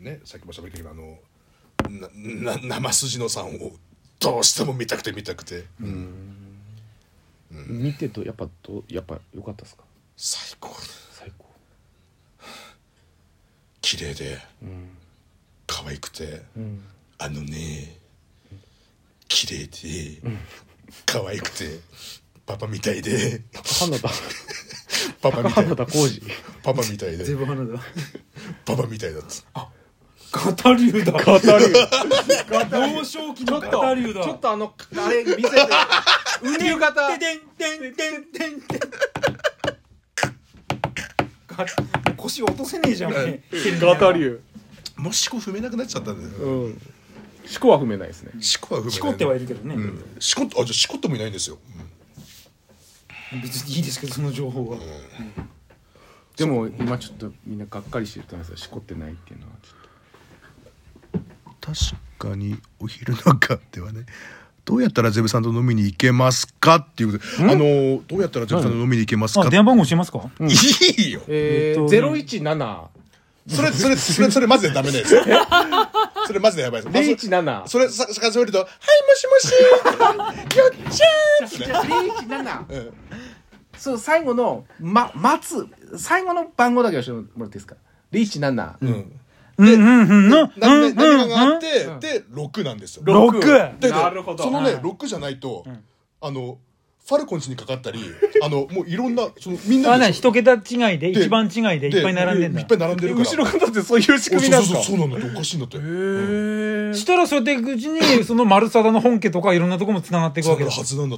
ねさっきも喋ったけど生筋のさんをどうしても見たくて、 見てとやっぱ良かったですか？ 最高綺麗で、可愛くて、綺麗で、可愛くてパパみたいで花田パパみたい花田浩二パパみたいでゼブ花田パパみたいだっつガタリュウだガタリュウ幼少期のガタリュウだちょっとあれ見せて宇宙型てんてんてんてんてん腰落とせねえじゃんガタリュウもう四股踏めなくなっちゃったんだよ、 四股は踏めないですね。 四股は踏めない、 しこってはいるけどね、 四股じゃあ四股ってもいないんですよ、 別にいいですけどその情報は、 でも今ちょっとみんながっかりしてると思いますよ。四股ってないっていうのはちょっ確かにお昼なんかではね、どうやったらゼブさんと飲みに行けますかっていうことで、どうやったらゼブさんと飲みに行けますか、 電話番号教えますか？ いいよ、 と。017 それマジでダメなやつそれマジでやばいです。 017 それ探してみると、はいもしもしよっちゃーって 017そう最後の最後の番号だけ教えてもらっていいですか？ 017 何かがあってで6なんですよ。 6 でなるほど。 そのね6じゃないとファルコンチにかかったりもういろんなみんなで一桁違いで一番違いでいっぱい並んでんだ。 いっぱい並んでるから後ろ方ってそういう仕組みなんですか？ そうなんだっておかしいんだって。 したらそうやっていくうちにその丸貞の本家とかいろんなとこもつながっていくわけだ。 はずなんだって。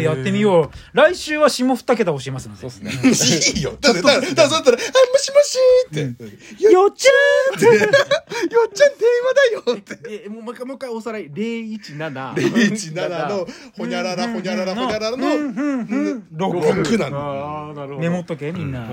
やってみよう。来週は下2桁教えますので。 そうですね。 いいよ。だからそうだったらもしもしってよっちゃーってよっちゃん電話だよってもう一回おさらい017 のほにゃららほにゃららほにゃららの 6 なの。 なるほど。 メモっとけみんな。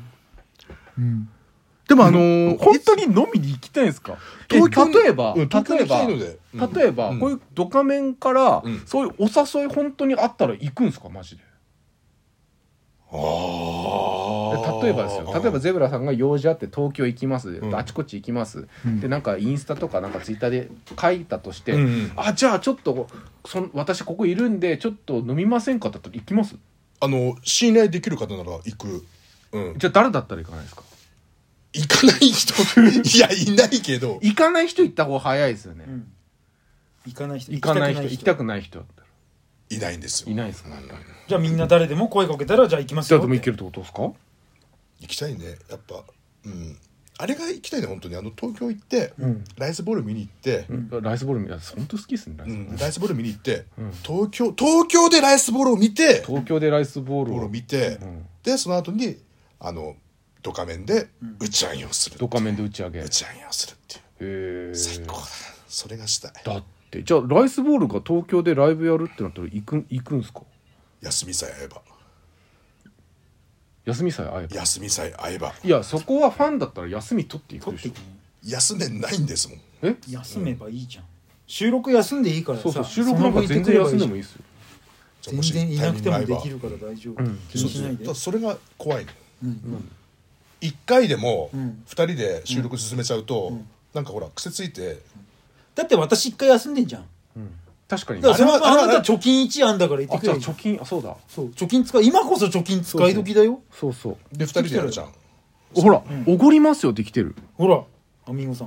でも本当に飲みに行きたいんですか？例えばこういうドカメンからそういうお誘い本当にあったら行くんですかマジで？例えばですよ。例えばゼブラさんが用事あって東京行きます、あちこち行きます、でなんかインスタとかなんかツイッターで書いたとして、じゃあちょっと私ここいるんでちょっと飲みませんかって言ったら行きます？ 信頼できる方なら行く。 じゃあ誰だったら行かないですか？ 行かない人いやいないけど行かない人行った方が早いですよね。 行かない人行きたくない人だったらいないんですよ。 いないですか？ じゃあみんな誰でも声かけたらじゃあ行きますよ。 じゃあでも行けるってことですか？ 行きたいねやっぱ。あれが行きたいね本当に。東京行ってライスボール見に行ってライスボール見本当好きですね。 ライスボール見に行って東京でライスボールを見て東京でライスボールを見てでその後にドカメンで打ち上げをする。 ドカメンで打ち上げをするっていう。最高だ。それがしたい。 だってじゃあライスボールが東京でライブやるってなったら行くんすか？ 休みさえ合えば。 休みさえ合えば。いやそこはファンだったら休み取っていくでしょ。 休めないんですもん。 休めばいいじゃん。収録休んでいいからさ。 そう収録なんか全然休んでもいいですよ。 全然いなくてもできるから大丈夫。気にしないで。 それが怖いの。1回でも2人で収録進めちゃうとなんかほら癖ついて。 だって私1回休んでんじゃん。 確かに。 だからあなた貯金1あんだから言ってくれ。 貯金そうだ。 そう貯金使う。今こそ貯金使い時だよ。 そうで2人でやるじゃん。 ほらおごりますよできてる。 ほらアミゴさん。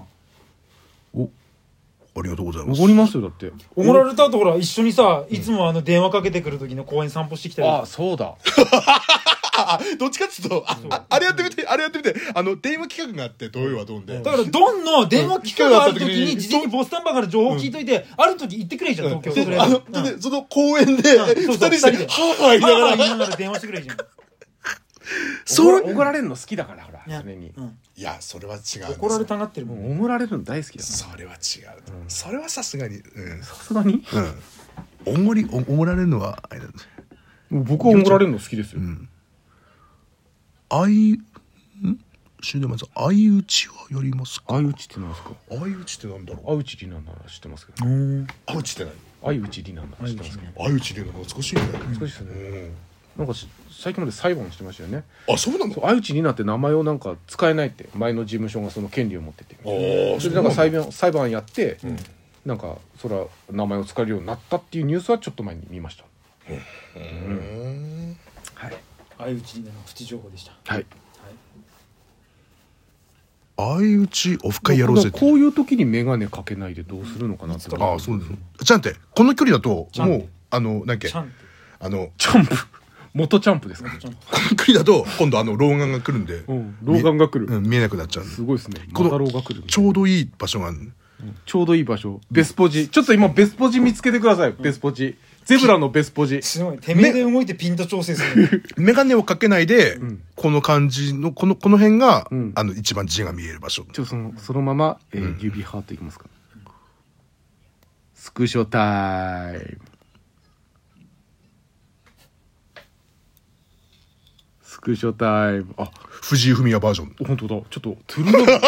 ありがとうございます。 おごりますよだって。 おごられた後ほら一緒にさいつも電話かけてくる時の公園散歩してきたり。 そうだ。 どっちかっつうとあれやってみて電話企画があってどういうはどんでだからドンの電話企画がある時に事前にボスタンバーから情報聞いといてある時行ってくれじゃん東京でその公園で2人で言いながら電話してくれじゃん。 おごられるの好きだからほら常に。 いやそれは違う。 怒られたがってるもん。 おごられるの大好きだから。 それは違う。それはさすがにさすがにおごられるのはあれだね。 僕はおごられるの好きですよ。 終電まず相打ちはやりますか？ 相打ちってなんですか？ 相打ちってなんだろう。 相打ちリナなら知ってますけど。 相打ちって何？ 相打ちリナなら知ってますけど。 相打ちリナ懐かしいね。 懐かしいですね。 なんか最近まで裁判してましたよね。 あ、そうなの？ 相内になって名前をなんか使えないって前の事務所がその権利を持ってて、それでなんか裁判やって、なんかそれは名前を使えるようになったっていうニュースはちょっと前に見ました。 はい。相内にのプチ情報でした。 はい。 相内オフ会やろうぜって。 こういう時に眼鏡かけないでどうするのかなって。 ああ、そうです。ちゃんってこの距離だともうなんだっけ、 チャンプ元チャンプですか？ この距離だと今度老眼が来るんで、 老眼が来る、 見えなくなっちゃう。 すごいですね。 この老が来る。 ちょうどいい場所がある。 ちょうどいい場所。ベスポジ。ちょっと今ベスポジ見つけてください。ベスポジ。ゼブラのベスポジ。 すごい。てめえで動いてピント調整する。 メガネをかけないで、この感じの、この辺が、一番字が見える場所。 そのまま、指ハートいきますか。スクショタイム。スクショタイム。あ、 藤井フミヤバージョン。 本当だ。ちょっと、トゥルーラ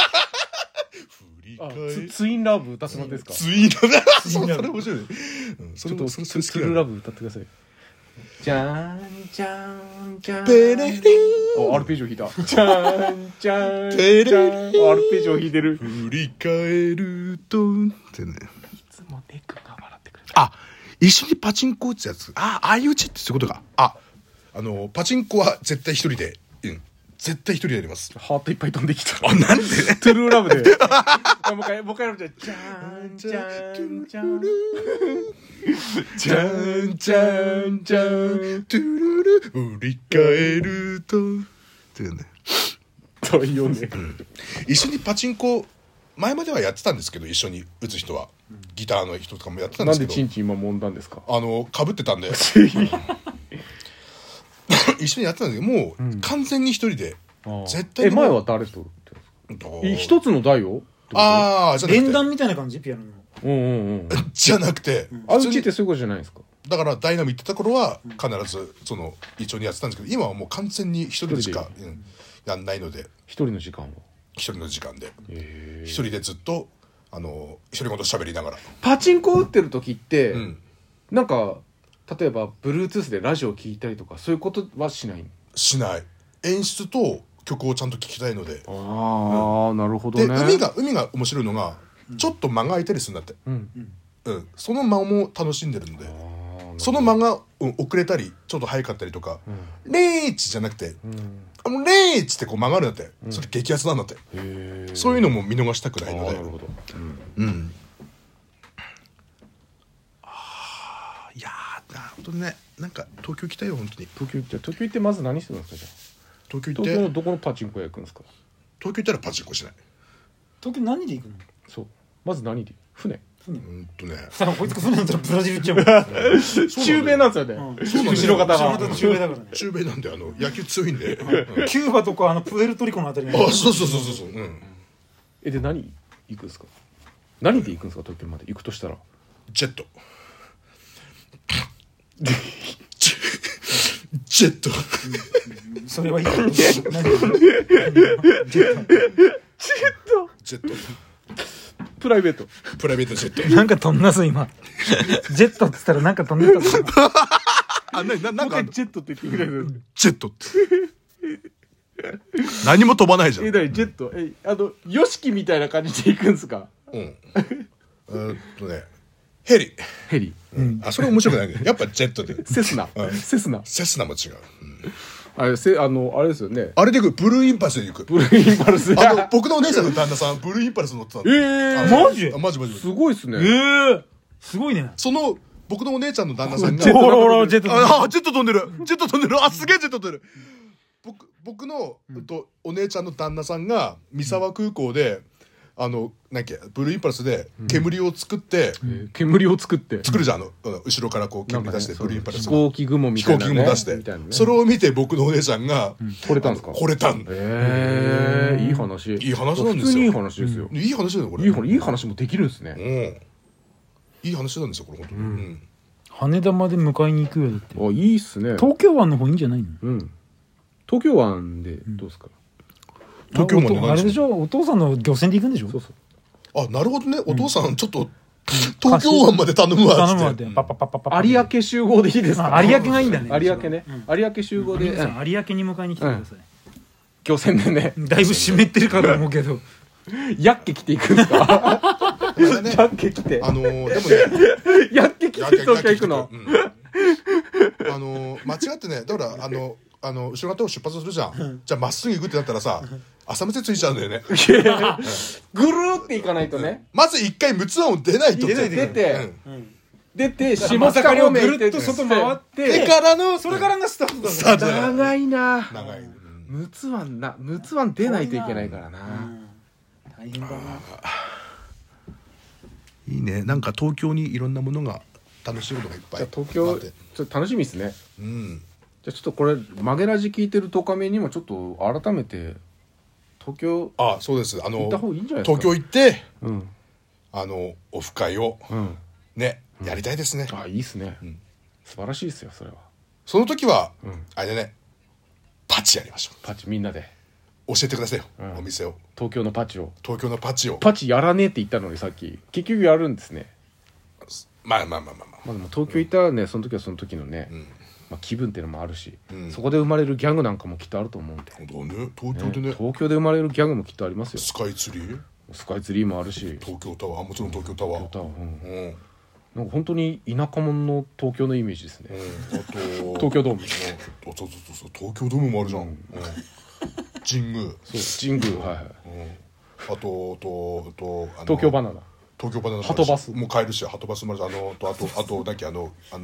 ブ。ツインラブ歌ってもらっていいですか？ ツインラブ。それ面白い。 ちょっと、トゥルーラブ歌ってください。じゃーん、じゃーん、じゃーん。 ペレリーン。 アルペジオ弾いた。じゃーん、じゃーん、ペレリーン。アルペジオ弾いてる。 振り返ると、ってね。 いつもネクが笑ってくれる。 あ、一緒にパチンコ打つやつ。相打ちってそういうことか。パチンコは絶対一人で、絶対一人でやります。 ハートいっぱい飛んできた。 なんでトゥルーラブで。もう一回やるじゃん。じゃーん、じゃーん、じゃーん。 じゃんじゃんじゃん、トゥルル、振り返ると。っていうね。 というね。 一緒にパチンコ、前まではやってたんですけど、一緒に打つ人は。ギターの人とかもやってたんですけど。 なんでチンチン今揉んだんですか？ 被ってたんで。一緒にやってたんですけど、もう完全に一人で。絶対前は誰と一つの台を？ じゃなくて連弾みたいな感じ？ピアノの。 じゃなくて、 相打ちってそういうことじゃないですか？ だからダイナミ行ってた頃は必ず一緒にやってたんですけど、今はもう完全に一人でしかやんないので。 一人の時間は？ 一人の時間で。一人でずっと独り言喋りながら。 パチンコ打ってる時って、なんか例えば Bluetooth でラジオ聞いたりとかそういうことはしない？ しない。演出と曲をちゃんと聴きたいので。 なるほどね。 で海が面白いのがちょっと間が空いたりするんだって。その間も楽しんでるので、その間が遅れたりちょっと早かったりとか、レーチじゃなくてレーチって間があるんだって。それ激アツなんだって。そういうのも見逃したくないので。なるほど。いやー、なるほどね。なんか東京行きたいよ本当に。 東京行ってまず何するんですか？じゃあ東京行って東京のどこのパチンコ屋行くんですか？ 東京行ったらパチンコしない。 東京何で行くの？ そう、まず何で？船。 こいつ船だったらブラジル行っちゃうもん。 中米なんですよね。後ろ方が中米だからね。 中米なんで野球強いんで。 キューバとかプエルトリコのあたりに。 そう。 で何行くんですか？何で行くんですか？東京まで行くとしたら。 ジェット。ジェット。 それはいい。 ジェット。プライベートジェット。 なんか飛んだぞ今。ジェットって言ったらなんか飛んでたぞ。 なんかジェットって言ってくれる。 ジェットって。何も飛ばないじゃん。 ジェット。ヨシキみたいな感じで行くんですか？ ヘリ。それ面白くないね。やっぱジェットで。 セスナも違う。 あれですよね。 あれで行く。ブルーインパルスで行く。 ブルーインパルス。 僕のお姉さんの旦那さんブルーインパルス乗ってたの。 マジすごいっすね。 すごいね。 僕のお姉ちゃんの旦那さんがジェット飛んでる。すげえジェット飛んでる。僕のお姉ちゃんの旦那さんが三沢空港でブルーインパルスで煙を作って作るじゃん。後ろから煙出してブルーインパルス飛行機雲みたいな飛行機雲出してそれを見て僕のお姉ちゃんが惚れたんですか？ 惚れたん。 いい話なんですよ。 普通にいい話ですよ。 いい話だよこれ。 いい話もできるんですね。 いい話なんですよこれ本当に。 羽田まで迎えに行くよだって。 いいっすね。 東京湾の方いいんじゃないの？ 東京湾でどうですか？ 東京湾であれでしょ、お父さんの漁船で行くんでしょ？ なるほどね。お父さんちょっと東京湾まで頼むわっつって頼むわってパッパッパッパッパッ有明集合でいいですか？ 有明がいいんだね。 有明ね、有明集合で、 皆さん有明に迎えに来てください。 漁船でね、 だいぶ湿ってるかと思うけど。 ヤッケ来ていくんですか？ これねヤッケ来て、 でもねヤッケ来て東京行くの。 間違ってね、だから後ろ方を出発するじゃん。じゃあまっすぐ行くってなったらさ、朝むせついちゃうんだよね。 ぐるーって行かないとね。 まず一回陸奥湾を出ないと。 出て下北方面行ってぐるっと外回ってからのそれからがスタートだね。 長いな。 長い。 陸奥湾出ないといけないからな。 大変だな。 いいね。なんか東京にいろんなものが楽しいことがいっぱい。 じゃあ東京ちょっと楽しみですね。 うん。 じゃあちょっとこれ曲げラジ聞いてる10日目にもちょっと改めて東京そうです。 行った方がいいんじゃないですか。 東京行って、オフ会をねやりたいですね。 いいですね。素晴らしいですよそれは。 その時はあれだね、パチやりましょう。 パチみんなで教えてくださいよ、お店を。 東京のパチを。 東京のパチを。 パチやらねえって言ったのにさっき結局やるんですね。 まあでも東京行ったらね、その時はその時のね、気分っていうのもあるし、そこで生まれるギャグなんかもきっとあると思うんで。 東京でね、 東京で生まれるギャグもきっとありますよ。 スカイツリーもあるし、 東京タワー、もちろん東京タワー、 なんか本当に田舎者の東京のイメージですね。 あと東京ドーム、 そう東京ドームもあるじゃん。神宮、 神宮、はいはい。 あと東京バナナ、 ハトバスも買えるし、ハトバスもあるし、あとだっけあ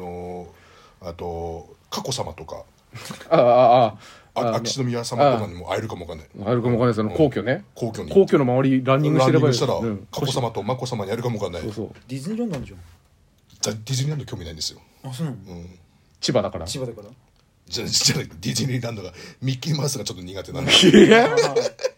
と佳子様とか秋篠宮様とかにも会えるかもわかんない。 会えるかもわかんないです。皇居ね。 皇居の周りランニングしてればいい。 したら佳子様と眞子様に会えるかもわかんない。 ディズニーランドじゃん。 じゃあディズニーランド興味ないんですよ。 そうなの？ 千葉だから。 じゃあディズニーランドがミッキーマウスがちょっと苦手なんで。